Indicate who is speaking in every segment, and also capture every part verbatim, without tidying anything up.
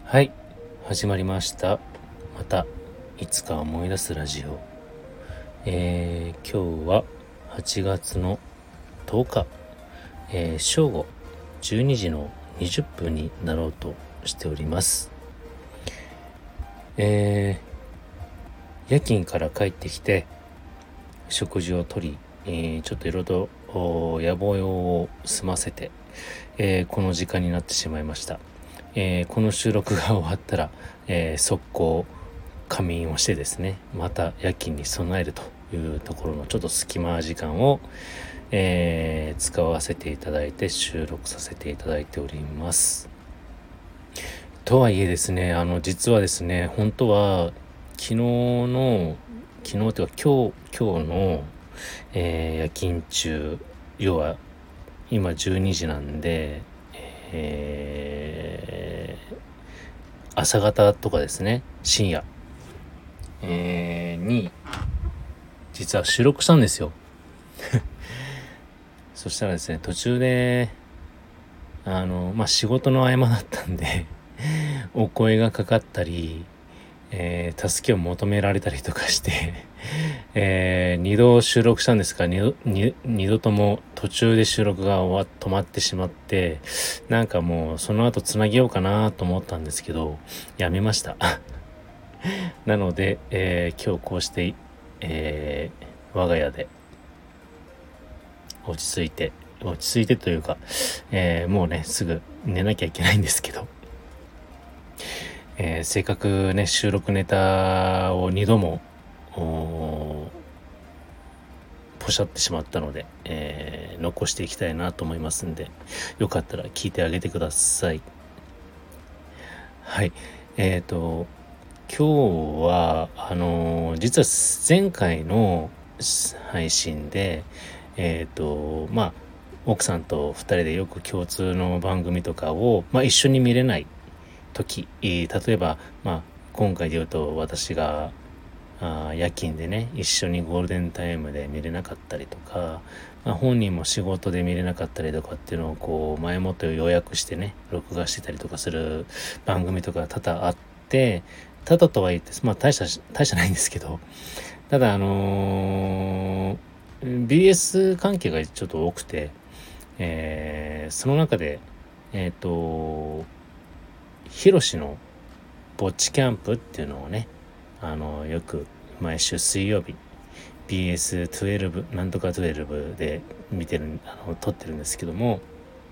Speaker 1: はい、始まりました。またいつか思い出すラジオ。えー、今日ははちがつのとおか、えー、正午じゅうにじのにじゅっぷんになろうとしております。えー、夜勤から帰ってきて食事をとり、えー、ちょっといろいろと野望を済ませて、えー、この時間になってしまいました。えー、この収録が終わったら、えー、速攻仮眠をしてですね、また夜勤に備えるというところのちょっと隙間時間を、えー、使わせていただいて収録させていただいております。とはいえですね、あの実はですね、本当は昨日の昨日というか今日今日の、えー、夜勤中、要は今じゅうにじなんで、えー、朝方とかですね、深夜、えー、に実は収録したんですよ。そしたらですね、途中であのまあ仕事の合間だったんでお声がかかったり、えー、助けを求められたりとかしてえー、にど収録したんですが、にど、に二度とも途中で収録が終わ止まってしまって、なんかもうその後つなげようかなと思ったんですけど、やめましたなので、えー、今日こうして、えー、我が家で落ち着いて落ち着いてというか、えー、もうねすぐ寝なきゃいけないんですけど、えー、せっかくね収録ネタをにどもポシャってしまったので、えー、残していきたいなと思いますんで、よかったら聞いてあげてください。はい、えーと今日はあのー、実は前回の配信でえっ、ー、とまあ奥さんとふたりでよく共通の番組とかを、まあ、一緒に見れない時、例えば、まあ、今回で言うと私があ夜勤でね一緒にゴールデンタイムで見れなかったりとか、まあ、本人も仕事で見れなかったりとかっていうのをこう前もって予約してね録画してたりとかする番組とか多々あって、ただとは言ってまあ大した大したないんですけど、ただあのー、ビーエス 関係がちょっと多くて、えー、その中でえっ、ー、とヒロシのぼっちキャンプっていうのをね、あのよく毎週水曜日 ビーエスじゅうに なんとかじゅうにで見てるあの撮ってるんですけども、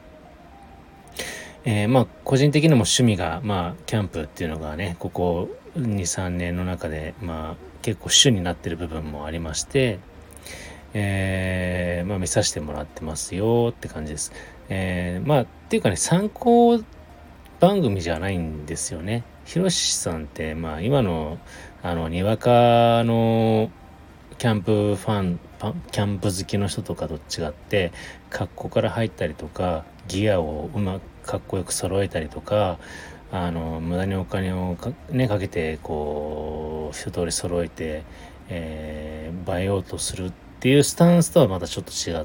Speaker 1: えー、まあ個人的にも趣味がまあキャンプっていうのがねここ にさんねんの中でまあ結構主になってる部分もありまして、えー、まあ見させてもらってますよって感じです。えー、まあっていうかね参考番組じゃないんですよね。ひろしさんってまあ今のあのにわかのキャンプファンキャンプ好きの人とかと違って格好から入ったりとかギアをうまくかっこよく揃えたりとか、あの無駄にお金をか,、ね、かけてこう一通り揃えて、えー、映えようとするっていうスタンスとはまたちょっと違って、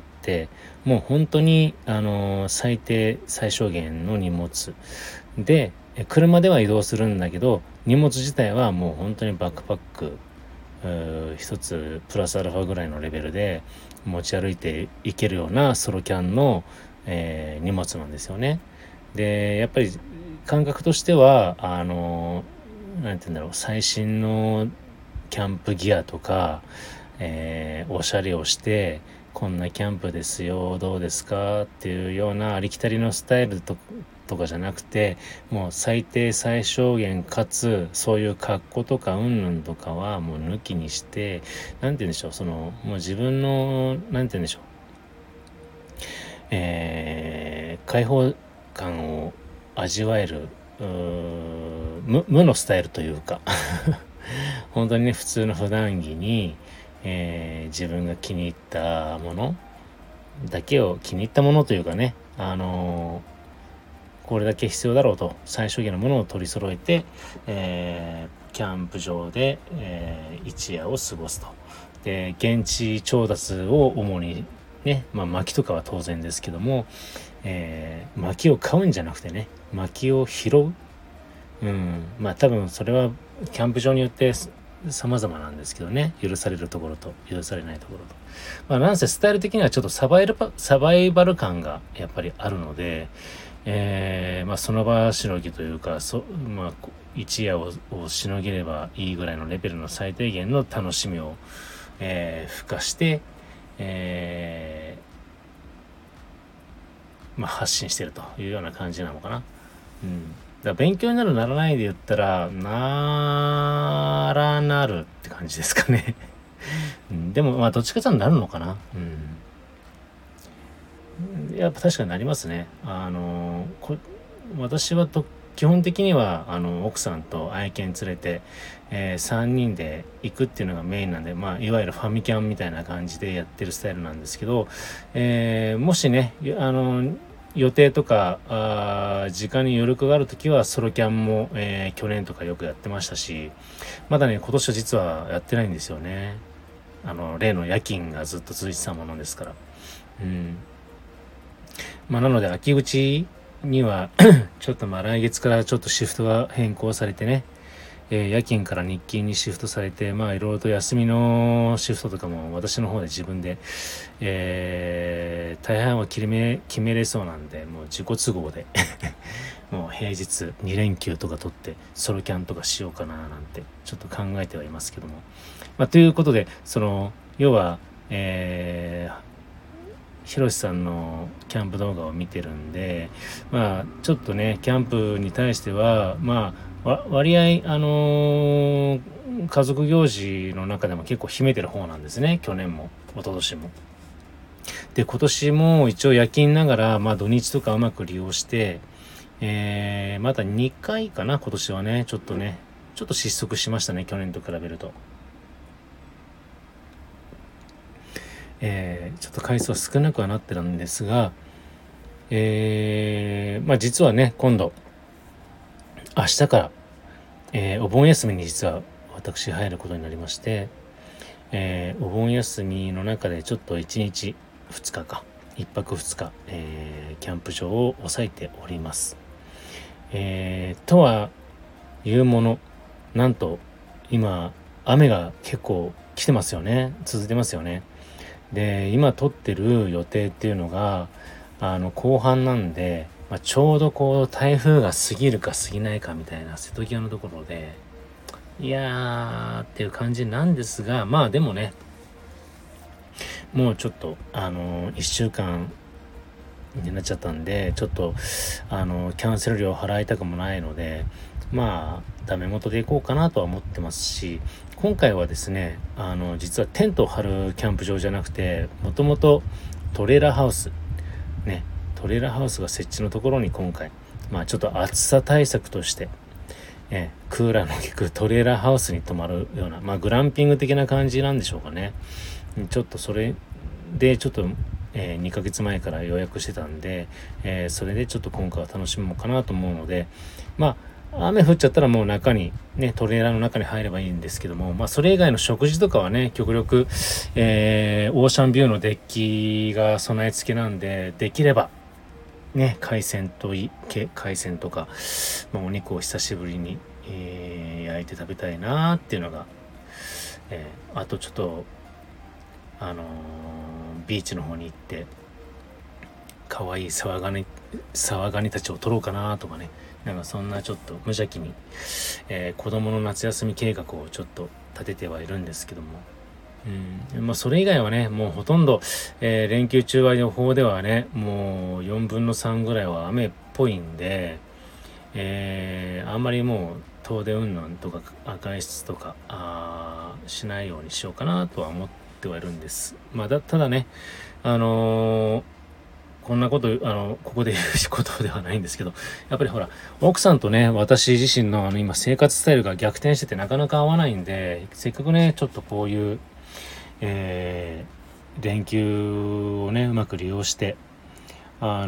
Speaker 1: もう本当にあの最低最小限の荷物で車では移動するんだけど荷物自体はもう本当にバックパック一つプラスアルファぐらいのレベルで持ち歩いていけるようなソロキャンの、えー、荷物なんですよね。でやっぱり感覚としてはあのなんて言うんだろう、最新のキャンプギアとか、えー、おしゃれをしてこんなキャンプですよどうですかっていうようなありきたりのスタイルととかじゃなくて、もう最低最小限かつそういう格好とかうんぬんとかはもう抜きにして、なんて言うんでしょう、そのもう自分のなんて言うんでしょう、えー、開放感を味わえる無, 無のスタイルというか本当にね普通の普段着に、えー、自分が気に入ったものだけを気に入ったものというかね、あのーこれだけ必要だろうと最小限のものを取り揃えて、えー、キャンプ場で、えー、一夜を過ごすと。で現地調達を主にね、まあ薪とかは当然ですけども、えー、薪を買うんじゃなくてね薪を拾う、 うん、まあ多分それはキャンプ場によって様々なんですけどね、許されるところと許されないところと、まあなんせスタイル的にはちょっとサバイルサバイバル感がやっぱりあるので、えー、まあその場しのぎというか、そまあ一夜ををしのげればいいぐらいのレベルの最低限の楽しみを、えー、付加して、えー、まあ発信してるというような感じなのかな。うん。だから勉強になるならないで言ったら、ならなるって感じですかね。うん、でもまあどっちかというとなるのかな。うん。やっぱ確かになりますね。あのこ私はと基本的にはあの奥さんと愛犬連れて、えー、さんにんで行くっていうのがメインなんで、まあ、いわゆるファミキャンみたいな感じでやってるスタイルなんですけど、えー、もしねあの予定とかあ時間に余力があるときはソロキャンも、えー、去年とかよくやってましたし、まだね今年は実はやってないんですよね。あの例の夜勤がずっと続いてたものですから。うん。まあ、なので秋口にはちょっとまあ来月からちょっとシフトが変更されてね、えー、夜勤から日勤にシフトされて、まあいろいろと休みのシフトとかも私の方で自分で、えー、大半は決め決めれそうなんで、もう自己都合でもう平日に連休とか取ってソロキャンとかしようかななんてちょっと考えてはいますけども、まあ、ということでその要は、えーひろしさんのキャンプ動画を見てるんで、まあちょっとねキャンプに対してはまあ割合あのー、家族行事の中でも結構秘めてる方なんですね。去年も一昨年も。で今年も一応夜勤ながら、まあ、土日とかうまく利用して、えー、またにかいかな今年はねちょっとねちょっと失速しましたね、去年と比べると。えー、ちょっと回数は少なくはなってるんですが、えー、まあ実はね今度明日から、えー、お盆休みに実は私入ることになりまして、えー、お盆休みの中でちょっといちにちふつかかいっぱくふつか、えー、キャンプ場を抑えております。えー、とはいうもの、なんと今雨が結構来てますよね、続いてますよね。で今撮ってる予定っていうのがあの後半なんで、まあ、ちょうどこう台風が過ぎるか過ぎないかみたいな瀬戸際のところで、いやーっていう感じなんですが、まあでもねもうちょっとあのいっしゅうかんになっちゃったんで、ちょっとあのキャンセル料払いたくもないので、まあダメ元でいこうかなとは思ってますし、今回はですねあの実はテントを張るキャンプ場じゃなくて、もともとトレーラーハウスねトレーラーハウスが設置のところに今回まあちょっと暑さ対策として、えクーラーの効くトレーラーハウスに泊まるような、まあグランピング的な感じなんでしょうかね。ちょっとそれでちょっとえー、にかげつまえから予約してたんで、えー、それでちょっと今回は楽しもうかなと思うので、まあ雨降っちゃったらもう中にねトレーラーの中に入ればいいんですけども、まあそれ以外の食事とかはね極力、えー、オーシャンビューのデッキが備え付けなんで、できればね海鮮とい海鮮とか、まあ、お肉を久しぶりに、えー、焼いて食べたいなっていうのが、えー、あとちょっとあのー、ビーチの方に行って可愛いサワガニサワガニたちを撮ろうかなとかね、なんかそんなちょっと無邪気に、えー、子供の夏休み計画をちょっと立ててはいるんですけども、うん、まあそれ以外はねもうほとんど、えー、連休中は予報ではねもうよんぶんのさんぐらいは雨っぽいんで、えー、あんまりもう遠出云々とか外出とかあしないようにしようかなとは思ってはいるんです。まあだただねあのー、こんなことあのここで言うことではないんですけど、やっぱりほら奥さんとね私自身のあの今生活スタイルが逆転しててなかなか合わないんで、せっかくねちょっとこういう、えー、連休をねうまく利用してあ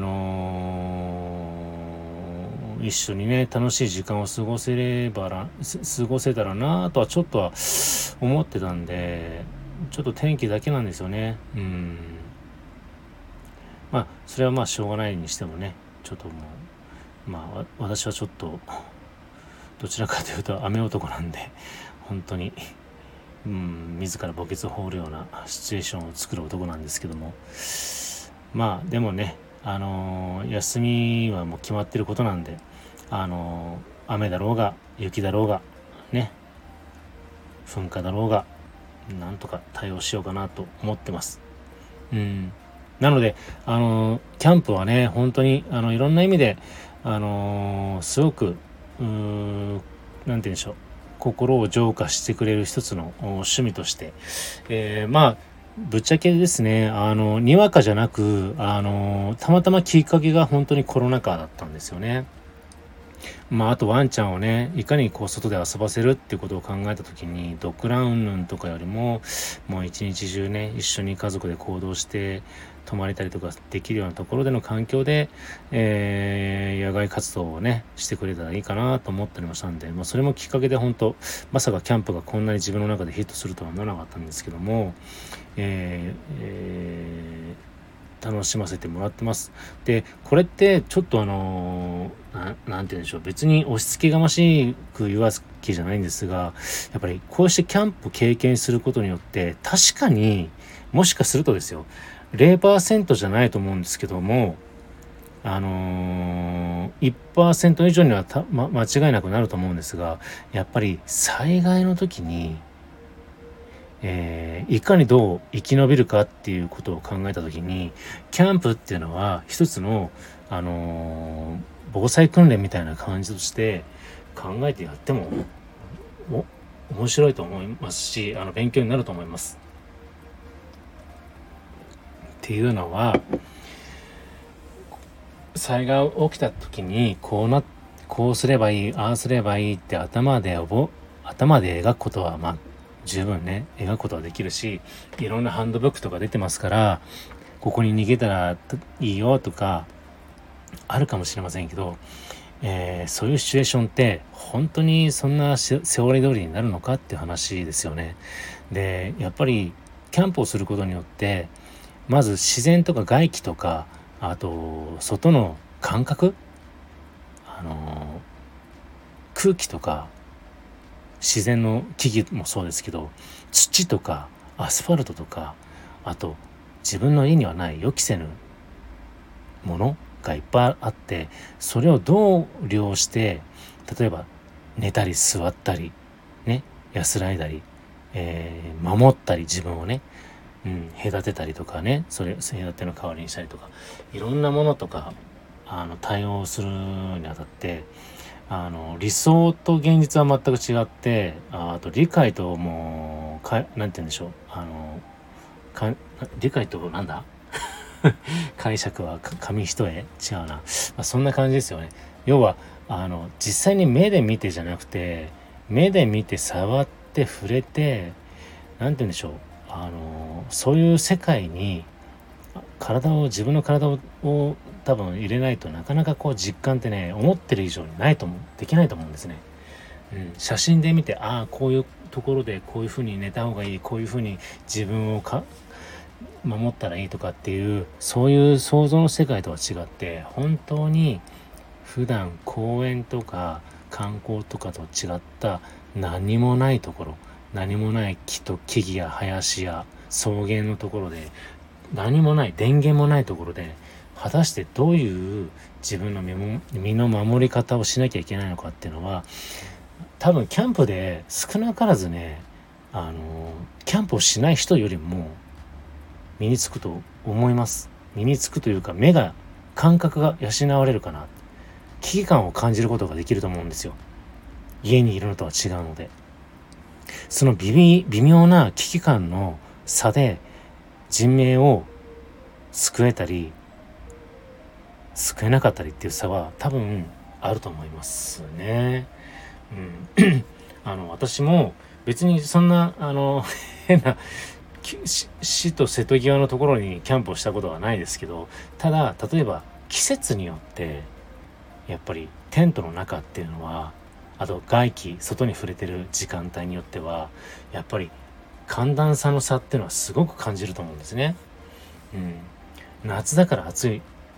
Speaker 1: のー、一緒にね楽しい時間を過ごせればら過ごせたらなとはちょっとは思ってたんで、ちょっと天気だけなんですよね。うんまあそれはまあしょうがないにしてもね、ちょっともうまあ私はちょっとどちらかというと雨男なんで、本当に、うん、自ら墓穴を掘るようなシチュエーションを作る男なんですけども、まあでもね、あのー、休みはもう決まってることなんで、あのー、雨だろうが雪だろうがね、噴火だろうがなんとか対応しようかなと思ってます。うん。なので、あのー、キャンプはね、本当にあのいろんな意味で、あのー、すごくうーん、なんて言うんでしょう、心を浄化してくれる一つの趣味として、えー、まあぶっちゃけですね、あのにわかじゃなく、あのたまたまきっかけが本当にコロナ禍だったんですよね。まあ、あとワンちゃんをね、いかにこう外で遊ばせるっていうことを考えたときに、ドッグラン云々とかよりも、もう一日中ね、一緒に家族で行動して、泊まれたりとかできるようなところでの環境で、えー、野外活動をね、してくれたらいいかなと思っておりましたんで、まあ、それもきっかけで本当、まさかキャンプがこんなに自分の中でヒットするとは思わなかったんですけども、えーえー楽しませてもらってます。で、これってちょっとあのー、な、なんて言うんでしょう。別に押し付けがましく言うわけじゃないんですが、やっぱりこうしてキャンプ経験することによって、確かにもしかするとですよ、ゼロパーセントじゃないと思うんですけども、あのー、いちパーセント以上にはた、ま、間違いなくなると思うんですが、やっぱり災害の時に、えー、いかにどう生き延びるかっていうことを考えたときに、キャンプっていうのは一つの、あのー、防災訓練みたいな感じとして考えてやってもお面白いと思いますし、あの勉強になると思います。っていうのは、災害が起きた時にこうなこうすればいい、ああすればいいって頭で頭で描くことはまあ十分ね描くことはできるし、いろんなハンドブックとか出てますから、ここに逃げたらいいよとかあるかもしれませんけど、えー、そういうシチュエーションって本当にそんなセオリー通りになるのかっていう話ですよね。で、やっぱりキャンプをすることによってまず自然とか外気とか、あと外の感覚、あのー、空気とか自然の木々もそうですけど、土とかアスファルトとか、あと自分の家にはない予期せぬものがいっぱいあって、それをどう利用して、例えば寝たり座ったりね、安らいだり、えー、守ったり自分をね、うん、隔てたりとかね、それ隔ての代わりにしたりとか、いろんなものとかあの対応するにあたって、あの理想と現実は全く違って、ああと理解ともうかなんて言うんでしょう、あのか理解となんだ解釈は紙一重違うな、まあ、そんな感じですよね。要はあの実際に目で見てじゃなくて、目で見て触って触れて、なんて言うんでしょう、あのそういう世界に体を自分の体をを多分入れないとなかなかこう実感ってね、思ってる以上にないと思うできないと思うんですね。うん、写真で見て、ああこういうところでこういうふうに寝た方がいい、こういうふうに自分をか守ったらいいとかっていう、そういう想像の世界とは違って、本当に普段公園とか観光とかと違った何もないところ、何もない木と木々や林や草原のところで、何もない電源もないところで果たしてどういう自分の身も身の守り方をしなきゃいけないのかっていうのは、多分キャンプで少なからずね、あのキャンプをしない人よりも身につくと思います。身につくというか、目が感覚が養われるかな、危機感を感じることができると思うんですよ。家にいるのとは違うので、その微微、微妙な危機感の差で人命を救えたり救えなかったりっていう差は多分あると思いますね。うん、あの私も別にそんなあの変な死と瀬戸際のところにキャンプをしたことはないですけど、ただ例えば季節によってやっぱりテントの中っていうのは、あと外気外に触れてる時間帯によってはやっぱり寒暖差の差っていうのはすごく感じると思うんですね。うん、夏だから暑い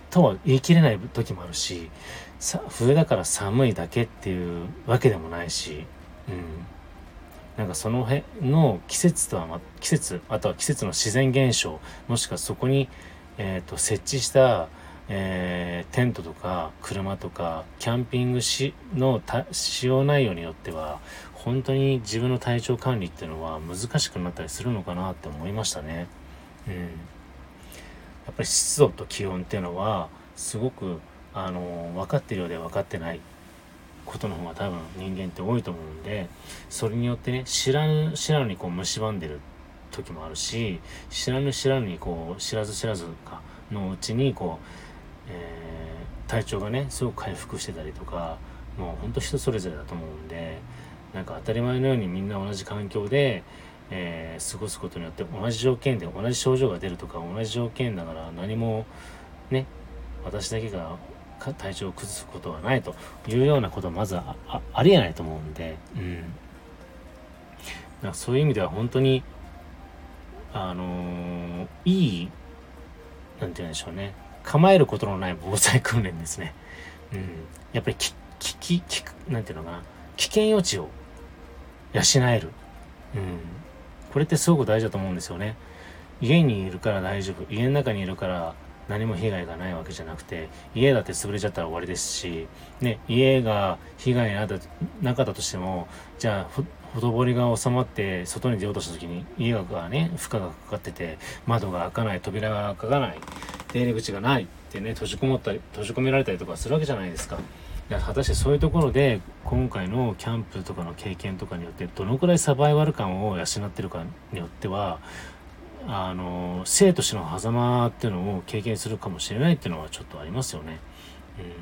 Speaker 1: とは言い切れない時もあるし、さ冬だから寒いだけっていうわけでもないし、うん、なんかその辺の季節とは、ま、季節あとは季節の自然現象、もしくはそこに、えー、と設置した、えー、テントとか車とかキャンピングしの使用内容によっては本当に自分の体調管理っていうのは難しくなったりするのかなって思いましたね。うん、やっぱり湿度と気温っていうのはすごくあの分かってるようで分かってないことの方が多分人間って多いと思うんで、それによってね知らぬ知らぬにこう蝕んでる時もあるし、知らぬ知らぬにこう知らず知らずかのうちにこう、えー、体調がねすごく回復してたりとか、もうほんと人それぞれだと思うんで、なんか当たり前のようにみんな同じ環境で、えー、過ごすことによって同じ条件で同じ症状が出るとか、同じ条件だから何もね私だけが体調を崩すことはないというようなことはまず あ, あ, ありえないと思うんで、うん、なんかそういう意味では本当にあのー、いいなんて言うんでしょうね、構えることのない防災訓練ですね。うん、やっぱりききききなんていうのかな、危険予知を養える、うん、これってすごく大事だと思うんですよね。家にいるから大丈夫、家の中にいるから何も被害がないわけじゃなくて、家だって潰れちゃったら終わりですし、ね、家が被害なかったとしても、じゃあほとぼりが収まって外に出ようとした時に家がね負荷がかかってて、窓が開かない、扉が開かない、出入り口がないってね、閉じこもったり閉じ込められたりとかするわけじゃないですか。果たしてそういうところで今回のキャンプとかの経験とかによってどのくらいサバイバル感を養ってるかによっては、あの生と死の狭間っていうのを経験するかもしれないっていうのはちょっとありますよね。うん、だ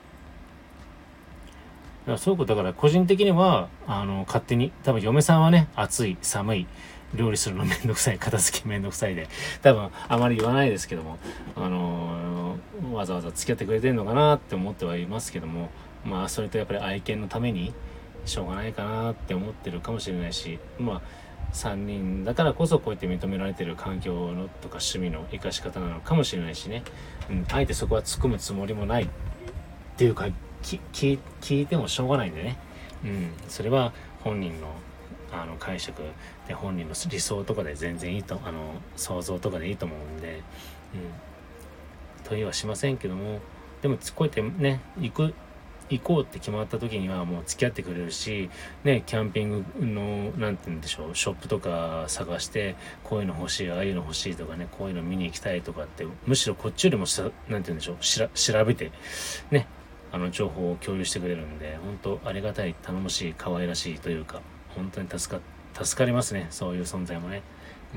Speaker 1: からそういうことだから個人的にはあの勝手に多分嫁さんはね、暑い寒い料理するのめんどくさい、片付けめんどくさいで多分あまり言わないですけども、あのわざわざ付き合ってくれてるのかなって思ってはいますけども、まあそれとやっぱり愛犬のためにしょうがないかなって思ってるかもしれないし、まあさんにんだからこそこうやって認められてる環境のとか趣味の生かし方なのかもしれないしね、うん、あえてそこは突っ込むつもりもないっていうか、きき聞いてもしょうがないんでね、うん、それは本人のあの解釈で本人の理想とかで全然いいと、あの想像とかでいいと思うんで、うん、問いはしませんけども、でもこうやってね行く行こうって決まった時にはもう付き合ってくれるし、ね、キャンピングのなんて言うんでしょう、ショップとか探してこういうの欲しい、ああいうの欲しいとかね、こういうの見に行きたいとかって、むしろこっちよりもさ、なんて言うんでしょう、しら調べてね、あの情報を共有してくれるんで、本当ありがたい、頼もしい、可愛らしいというか、本当に助か助かりますね、そういう存在もね。うん。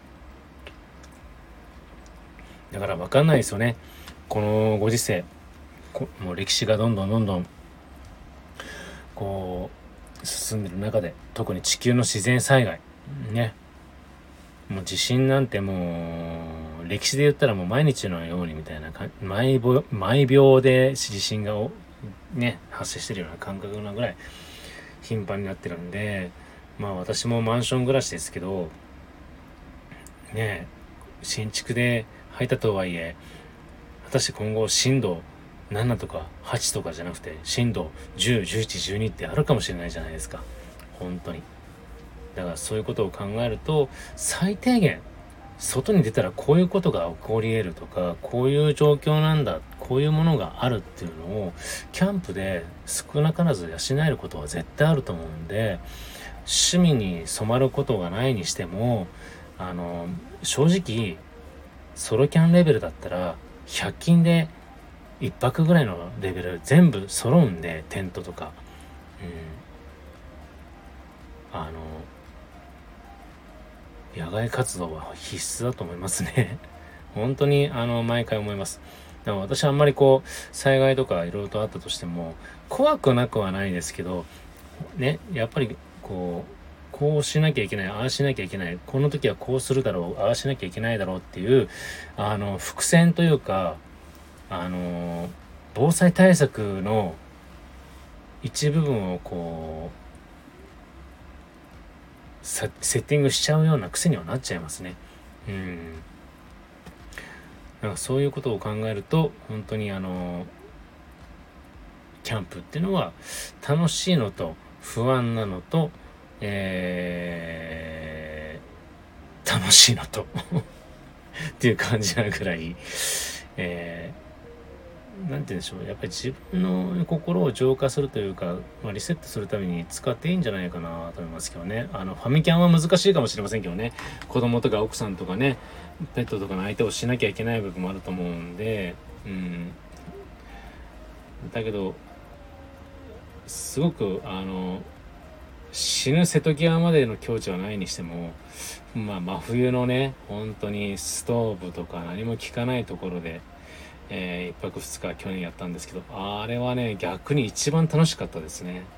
Speaker 1: だから分かんないですよね、このご時世。もう歴史がどんどんどんどんこう進んでる中で、特に地球の自然災害ね、もう地震なんてもう歴史で言ったらもう毎日のようにみたいな、毎秒毎秒で地震がね発生してるような感覚なぐらい頻繁になってるんで、まあ私もマンション暮らしですけどね、新築で入ったとはいえ、果たして今後震度ななとかはちとかじゃなくて震度じゅう、じゅういち、じゅうにってあるかもしれないじゃないですか、本当に。だからそういうことを考えると、最低限外に出たらこういうことが起こり得るとか、こういう状況なんだ、こういうものがあるっていうのをキャンプで少なからず養えることは絶対あると思うんで、趣味に染まることがないにしても、あの正直ソロキャンレベルだったらひゃく均で一泊ぐらいのレベル全部揃うんで、テントとか、うん、あの野外活動は必須だと思いますね本当にあの毎回思います。でも私はあんまりこう災害とかいろいろとあったとしても怖くなくはないですけどね、やっぱりこうこうしなきゃいけない、ああしなきゃいけない、この時はこうするだろう、ああしなきゃいけないだろうっていうあの伏線というか、あの防災対策の一部分をこうセッティングしちゃうような癖にはなっちゃいますね。うん。 なんかそういうことを考えると本当にあのキャンプっていうのは楽しいのと不安なのと、えー、楽しいのとっていう感じなぐらい、えー、なんて言うんでしょう、やっぱり自分の心を浄化するというか、まあ、リセットするために使っていいんじゃないかなと思いますけどね。あのファミキャンは難しいかもしれませんけどね、子供とか奥さんとかね、ペットとかの相手をしなきゃいけない部分もあると思うんで、うん、だけどすごくあの死ぬ瀬戸際までの境地はないにしても、まあ真冬のね本当にストーブとか何も効かないところで、えー、いっぱくふつか去年やったんですけど、あれはね逆に一番楽しかったですね。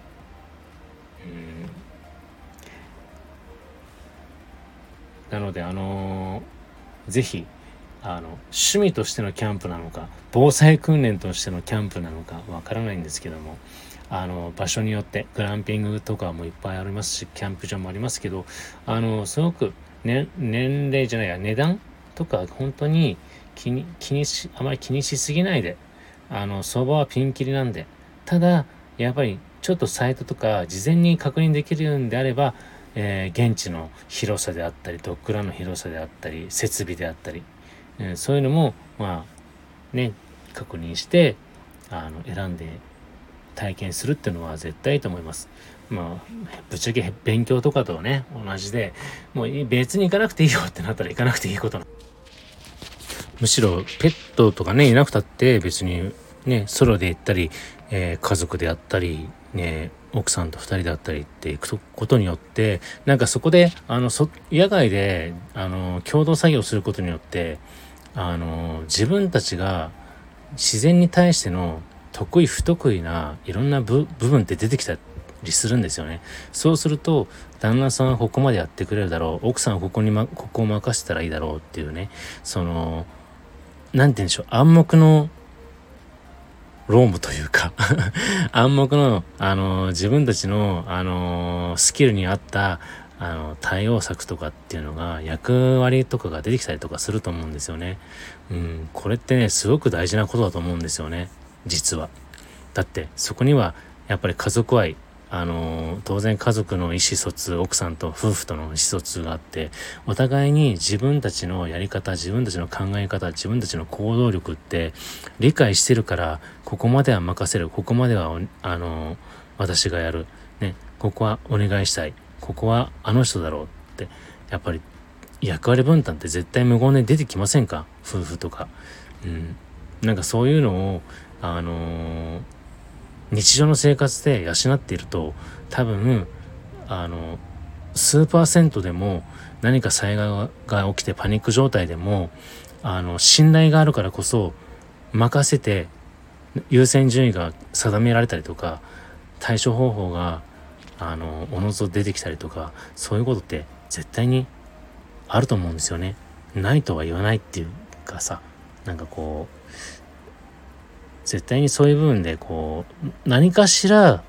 Speaker 1: うん、なのであのー、ぜひあの趣味としてのキャンプなのか防災訓練としてのキャンプなのかわからないんですけども、あの場所によってグランピングとかもいっぱいありますし、キャンプ場もありますけど、あのすごく、ね、年齢じゃないや値段とか本当に気に気にしあまり気にしすぎないで、あの相場はピンキリなんで、ただやっぱりちょっとサイトとか事前に確認できるんであれば、えー、現地の広さであったりドッグランの広さであったり設備であったり、えー、そういうのもまあね確認してあの選んで体験するっていうのは絶対いいと思います。まあぶっちゃけ勉強とかとね同じで、もう別に行かなくていいよってなったら行かなくていいことな、むしろペットとかねいなくたって別にねソロで行ったり、えー、家族であったりね奥さんとふたりだったりって行くことによって、なんかそこであのそ野外であの共同作業することによってあの自分たちが自然に対しての得意不得意ないろんな部分って出てきたりするんですよね。そうすると旦那さんはここまでやってくれるだろう、奥さんはここに、ま、ここを任せたらいいだろうっていうね、そのなんて言うんでしょう、暗黙のロームというか暗黙のあの自分たちのあのスキルに合ったあの対応策とかっていうのが役割とかが出てきたりとかすると思うんですよね。うん、これってねすごく大事なことだと思うんですよね、実は。だってそこにはやっぱり家族愛、あの当然家族の意思疎通、奥さんと夫婦との意思疎通があって、お互いに自分たちのやり方、自分たちの考え方、自分たちの行動力って理解してるから、ここまでは任せる、ここまではあの私がやる、ね、ここはお願いしたい、ここはあの人だろうって、やっぱり役割分担って絶対無言で出てきませんか、夫婦とか。うん、なんかそういうのをあのー日常の生活で養っていると、多分あの数パーセントでも何か災害が起きてパニック状態でもあの信頼があるからこそ任せて優先順位が定められたりとか、対処方法があのおのずと出てきたりとか、そういうことって絶対にあると思うんですよね。ないとは言わないっていうかさ、なんかこう絶対にそういう部分でこう何かしら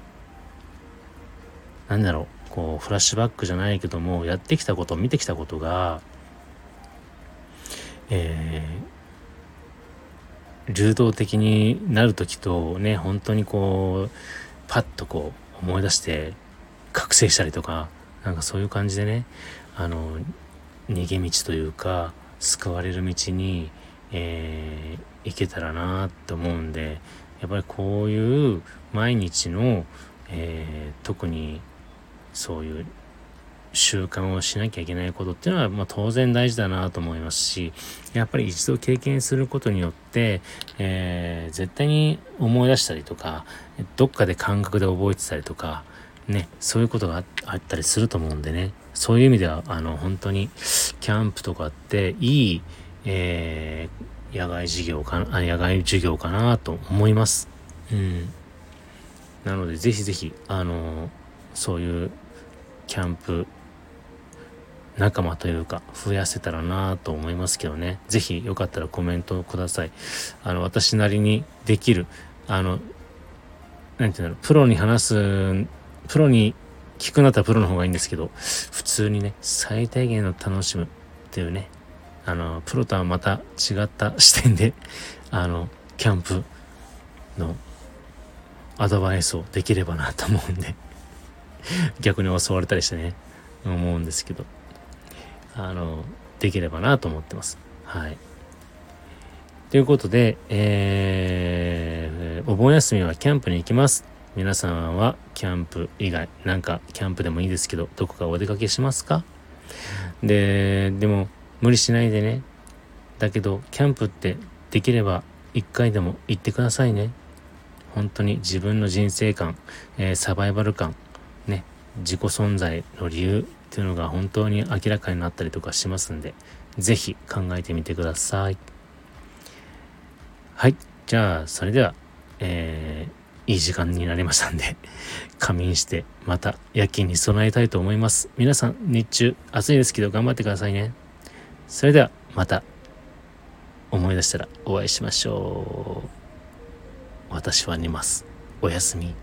Speaker 1: なんだろうこうフラッシュバックじゃないけどもやってきたこと見てきたことが、えー、流動的になるときとね、本当にこうパッとこう思い出して覚醒したりとか、なんかそういう感じでね、あの逃げ道というか救われる道に、えーいけたらなと思うんで、やっぱりこういう毎日の、えー、特にそういう習慣をしなきゃいけないことっていうのは、まあ、当然大事だなと思いますし、やっぱり一度経験することによって、えー、絶対に思い出したりとか、どっかで感覚で覚えてたりとかね、そういうことがあったりすると思うんでね、そういう意味ではあの本当にキャンプとかっていい、えー野外授業かな、野外授業かなと思います。うん。なのでぜひぜひあのそういうキャンプ仲間というか増やせたらなと思いますけどね。ぜひよかったらコメントください。あの私なりにできるあのなんていうんだろう、プロに話すプロに聞くなったらプロの方がいいんですけど、普通にね最低限の楽しむっていうねあのプロとはまた違った視点であのキャンプのアドバイスをできればなと思うんで逆に襲われたりしてね思うんですけど、あのできればなと思ってます。はい。ということで、えー、お盆休みはキャンプに行きます。皆さんはキャンプ以外、なんかキャンプでもいいですけど、どこかお出かけしますか？で、でも無理しないでね。だけどキャンプってできれば一回でも行ってくださいね。本当に自分の人生観、えー、サバイバル感、ね、自己存在の理由っていうのが本当に明らかになったりとかしますんで、ぜひ考えてみてください。はい、じゃあそれでは、えー、いい時間になりましたんで仮眠してまた夜勤に備えたいと思います。皆さん日中暑いですけど頑張ってくださいね。それではまた思い出したらお会いしましょう。私は寝ます。おやすみ。